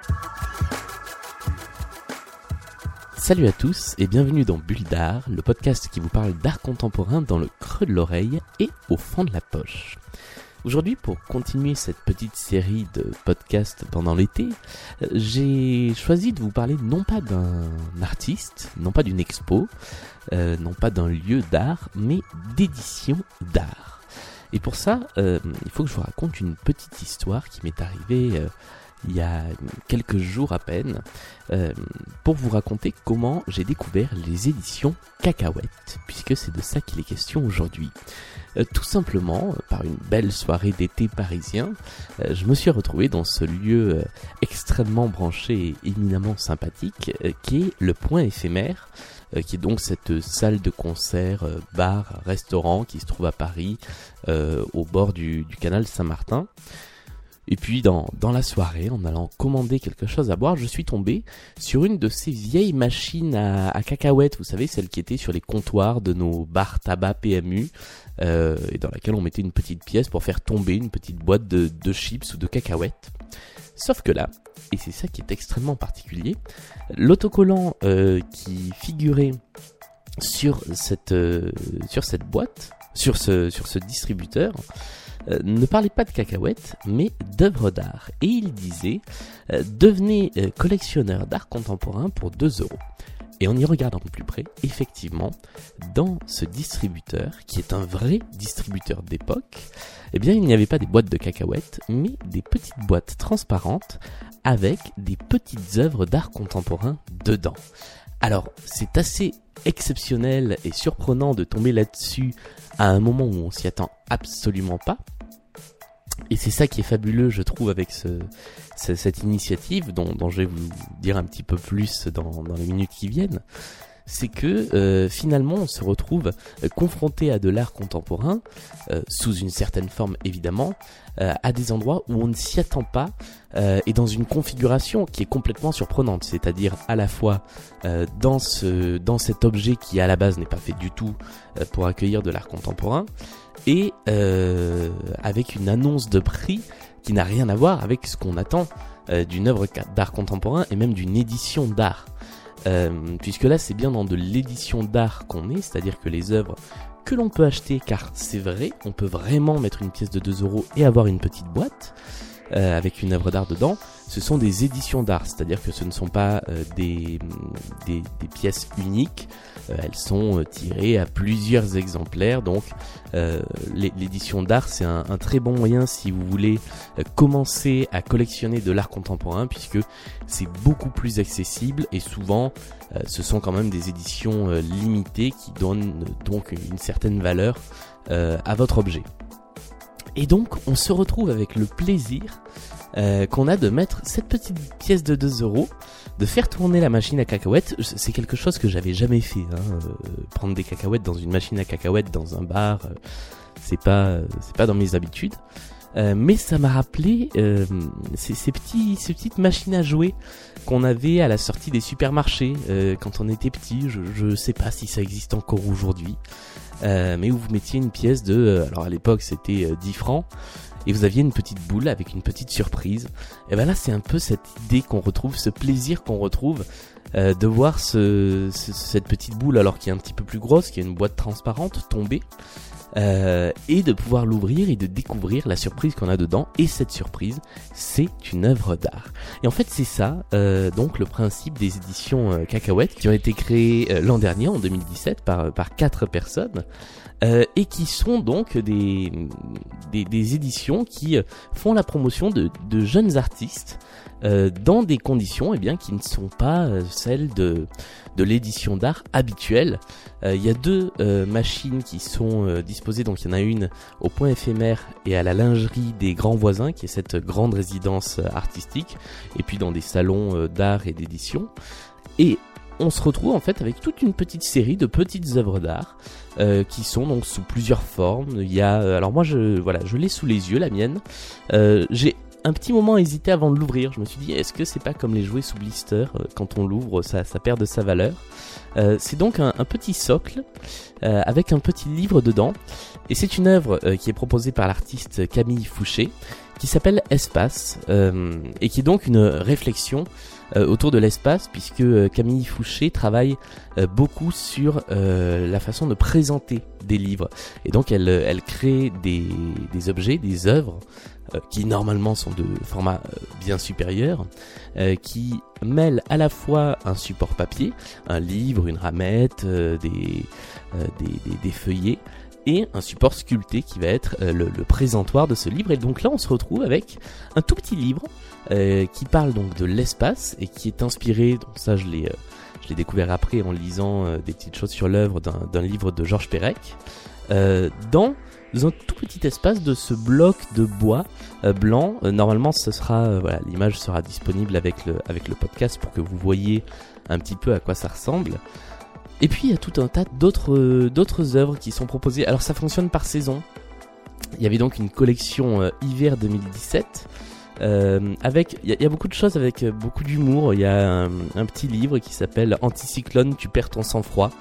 Salut à tous et bienvenue dans Bulle d'Art, le podcast qui vous parle d'art contemporain dans le creux de l'oreille et au fond de la poche. Aujourd'hui, pour continuer cette petite série de podcasts pendant l'été, j'ai choisi de vous parler non pas d'un artiste, non pas d'une expo, non pas d'un lieu d'art, mais d'édition d'art. Et pour ça, il faut que je vous raconte une petite histoire qui m'est arrivée il y a quelques jours à peine, pour vous raconter comment j'ai découvert les éditions Cacahuètes, puisque c'est de ça qu'il est question aujourd'hui. Tout simplement, par une belle soirée d'été parisien, je me suis retrouvé dans ce lieu extrêmement branché et éminemment sympathique, qui est le Point Éphémère, qui est donc cette salle de concert, bar, restaurant qui se trouve à Paris, au bord du canal Saint-Martin. Et puis dans la soirée, en allant commander quelque chose à boire, je suis tombé sur une de ces vieilles machines à cacahuètes, vous savez, celles qui étaient sur les comptoirs de nos bars tabac PMU, et dans laquelle on mettait une petite pièce pour faire tomber une petite boîte de chips ou de cacahuètes. Sauf que là, et c'est ça qui est extrêmement particulier, l'autocollant qui figurait sur cette boîte, sur ce distributeur, ne parlait pas de cacahuètes, mais d'œuvres d'art. Et il disait devenez collectionneur d'art contemporain pour 2 €. Et en y regardant de plus près, effectivement, dans ce distributeur, qui est un vrai distributeur d'époque, eh bien, il n'y avait pas des boîtes de cacahuètes, mais des petites boîtes transparentes avec des petites œuvres d'art contemporain dedans. Alors, c'est assez exceptionnel et surprenant de tomber là-dessus à un moment où on s'y attend absolument pas. Et c'est ça qui est fabuleux, je trouve, avec cette initiative, dont je vais vous dire un petit peu plus dans les minutes qui viennent. C'est que finalement on se retrouve confronté à de l'art contemporain, sous une certaine forme évidemment, à des endroits où on ne s'y attend pas, et dans une configuration qui est complètement surprenante, c'est-à-dire à la fois dans cet objet qui à la base n'est pas fait du tout pour accueillir de l'art contemporain, et avec une annonce de prix qui n'a rien à voir avec ce qu'on attend d'une œuvre d'art contemporain et même d'une édition d'art. Puisque là c'est bien dans de l'édition d'art qu'on est, c'est-à-dire que les œuvres que l'on peut acheter, car c'est vrai, on peut vraiment mettre une pièce de 2 € et avoir une petite boîte avec une œuvre d'art dedans, ce sont des éditions d'art, c'est-à-dire que ce ne sont pas des pièces uniques, elles sont tirées à plusieurs exemplaires, donc l'édition d'art c'est un très bon moyen si vous voulez commencer à collectionner de l'art contemporain, puisque c'est beaucoup plus accessible et souvent ce sont quand même des éditions limitées qui donnent donc une certaine valeur à votre objet. Et donc on se retrouve avec le plaisir qu'on a de mettre cette petite pièce de 2 €, de faire tourner la machine à cacahuètes. C'est quelque chose que j'avais jamais fait, prendre des cacahuètes dans une machine à cacahuètes dans un bar, c'est pas dans mes habitudes. Mais ça m'a rappelé ces petites machines à jouer qu'on avait à la sortie des supermarchés quand on était petit. Je sais pas si ça existe encore aujourd'hui, mais où vous mettiez une pièce alors à l'époque c'était 10 francs, et vous aviez une petite boule avec une petite surprise. Et ben là c'est un peu cette idée qu'on retrouve, ce plaisir qu'on retrouve de voir cette petite boule, alors qui est un petit peu plus grosse, qui est une boîte transparente, tomber, et de pouvoir l'ouvrir et de découvrir la surprise qu'on a dedans. Et cette surprise, c'est une œuvre d'art. Et en fait c'est ça donc le principe des éditions Cacahuètes, qui ont été créées l'an dernier en 2017 par 4 personnes, et qui sont donc des éditions qui font la promotion de jeunes artistes dans des conditions qui ne sont pas celles de l'édition d'art habituelle. Il y a 2 machines qui sont disposées, donc il y en a une au Point Éphémère et à la lingerie des Grands Voisins, qui est cette grande résidence artistique, et puis dans des salons d'art et d'édition. Et on se retrouve en fait avec toute une petite série de petites œuvres d'art qui sont donc sous plusieurs formes. Il y a, alors moi je l'ai sous les yeux, la mienne. J'ai un petit moment hésité avant de l'ouvrir. Je me suis dit, est-ce que c'est pas comme les jouets sous blister, quand on l'ouvre ça perd de sa valeur. C'est donc un petit socle avec un petit livre dedans, et c'est une œuvre qui est proposée par l'artiste Camille Fouché, qui s'appelle Espace, et qui est donc une réflexion autour de l'espace, puisque Camille Fouché travaille beaucoup sur la façon de présenter des livres. Et donc elle crée des objets, des œuvres, qui normalement sont de format bien supérieur, qui mêlent à la fois un support papier, un livre, une ramette, des feuillets, et un support sculpté qui va être le présentoir de ce livre. Et donc là on se retrouve avec un tout petit livre qui parle donc de l'espace et qui est inspiré, donc ça je l'ai découvert après en lisant des petites choses sur l'œuvre d'un livre de Georges Perec, dans un tout petit espace de ce bloc de bois blanc. Normalement ce sera voilà, l'image sera disponible avec le podcast pour que vous voyez un petit peu à quoi ça ressemble. Et puis il y a tout un tas d'autres œuvres qui sont proposées. Alors ça fonctionne par saison. Il y avait donc une collection hiver 2017 avec il y a beaucoup de choses avec beaucoup d'humour. Il y a un petit livre qui s'appelle Anticyclone, tu perds ton sang-froid.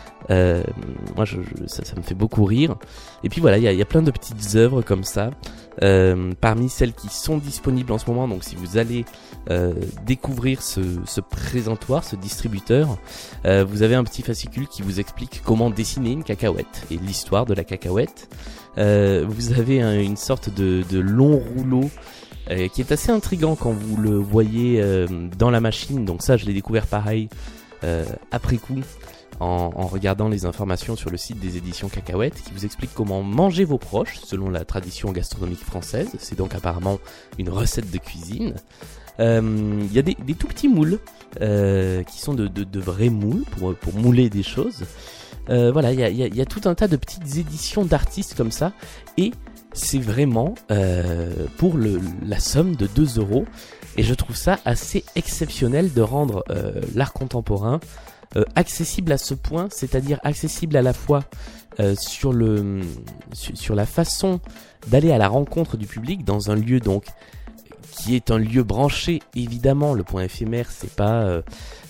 Moi ça me fait beaucoup rire. Et puis voilà, il y a plein de petites œuvres comme ça, parmi celles qui sont disponibles en ce moment. Donc si vous allez découvrir ce présentoir, ce distributeur, vous avez un petit fascicule qui vous explique comment dessiner une cacahuète et l'histoire de la cacahuète. Vous avez une sorte de long rouleau qui est assez intriguant quand vous le voyez dans la machine. Donc ça je l'ai découvert pareil après coup, en regardant les informations sur le site des éditions Cacahuètes, qui vous explique comment manger vos proches selon la tradition gastronomique française. C'est donc apparemment une recette de cuisine. Il y a des tout petits moules qui sont de vrais moules pour mouler des choses. Voilà, il y a tout un tas de petites éditions d'artistes comme ça, et c'est vraiment pour la somme de 2€. Et je trouve ça assez exceptionnel de rendre l'art contemporain accessible à ce point, c'est-à-dire accessible à la fois sur la façon d'aller à la rencontre du public dans un lieu donc qui est un lieu branché. Évidemment, le point éphémère, c'est pas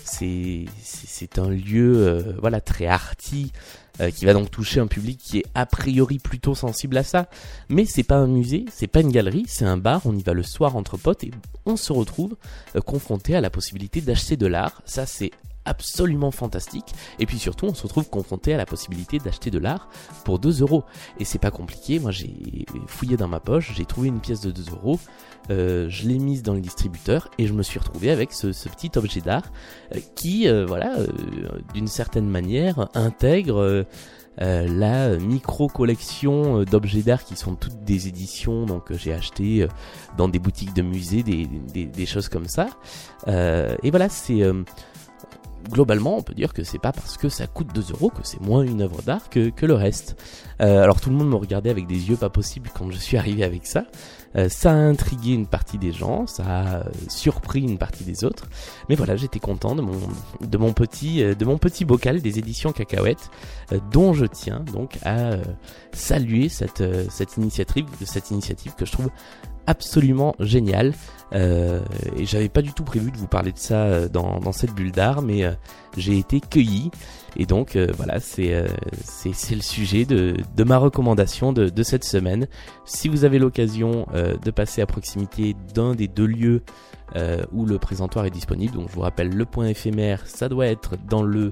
c'est un lieu voilà, très arty, qui va donc toucher un public qui est a priori plutôt sensible à ça. Mais c'est pas un musée, c'est pas une galerie, c'est un bar. On y va le soir entre potes et on se retrouve confronté à la possibilité d'acheter de l'art. Ça, c'est absolument fantastique. Et puis surtout, on se retrouve confronté à la possibilité d'acheter de l'art pour 2€. Et c'est pas compliqué. Moi, j'ai fouillé dans ma poche, j'ai trouvé une pièce de 2€, je l'ai mise dans le distributeur et je me suis retrouvé avec ce petit objet d'art qui, d'une certaine manière, intègre la micro-collection d'objets d'art qui sont toutes des éditions donc j'ai acheté dans des boutiques de musées, des choses comme ça. Et voilà, c'est globalement, on peut dire que c'est pas parce que ça coûte 2€ que c'est moins une œuvre d'art que le reste. Alors tout le monde me regardait avec des yeux pas possibles quand je suis arrivé avec ça. Ça a intrigué une partie des gens, ça a surpris une partie des autres. Mais voilà, j'étais content de mon petit bocal des éditions Cacahuètes, dont je tiens donc à saluer cette initiative que je trouve absolument géniale. Et j'avais pas du tout prévu de vous parler de ça dans cette bulle d'art, mais j'ai été cueilli. Et donc voilà, c'est le sujet de ma recommandation de cette semaine. Si vous avez l'occasion de passer à proximité d'un des deux lieux où le présentoir est disponible, donc je vous rappelle, le point éphémère, ça doit être dans le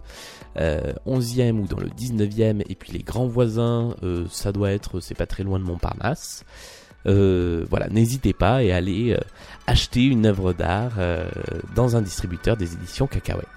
11e ou dans le 19e, et puis les grands voisins, ça doit être, c'est pas très loin de Montparnasse. Voilà, n'hésitez pas et allez acheter une œuvre d'art dans un distributeur des éditions Cacahuètes.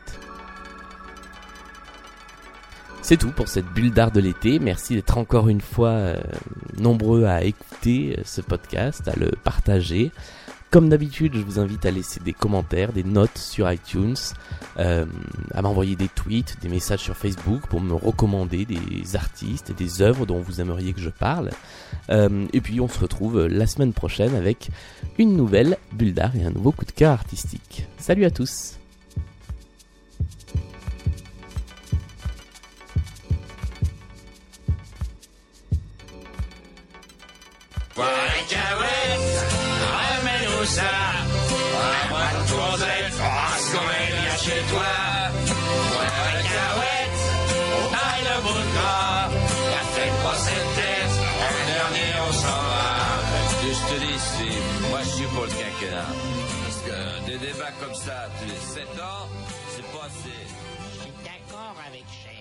C'est tout pour cette bulle d'art de l'été. Merci d'être encore une fois nombreux à écouter ce podcast, à le partager. Comme d'habitude, je vous invite à laisser des commentaires, des notes sur iTunes, à m'envoyer des tweets, des messages sur Facebook pour me recommander des artistes et des œuvres dont vous aimeriez que je parle. Et puis on se retrouve la semaine prochaine avec une nouvelle bulle d'art et un nouveau coup de cœur artistique. Salut à tous! Ça, à moi de tourner, France, qu'on est bien chez toi. Ouais, cacahuète, aïe le bout de gras, la fête pour cette tête, un dernier on s'en va. Juste ici. Moi, je suis pour le quinquennat. Parce que des débats comme ça, tous les 7 ans, c'est pas assez. Je suis d'accord avec Cher.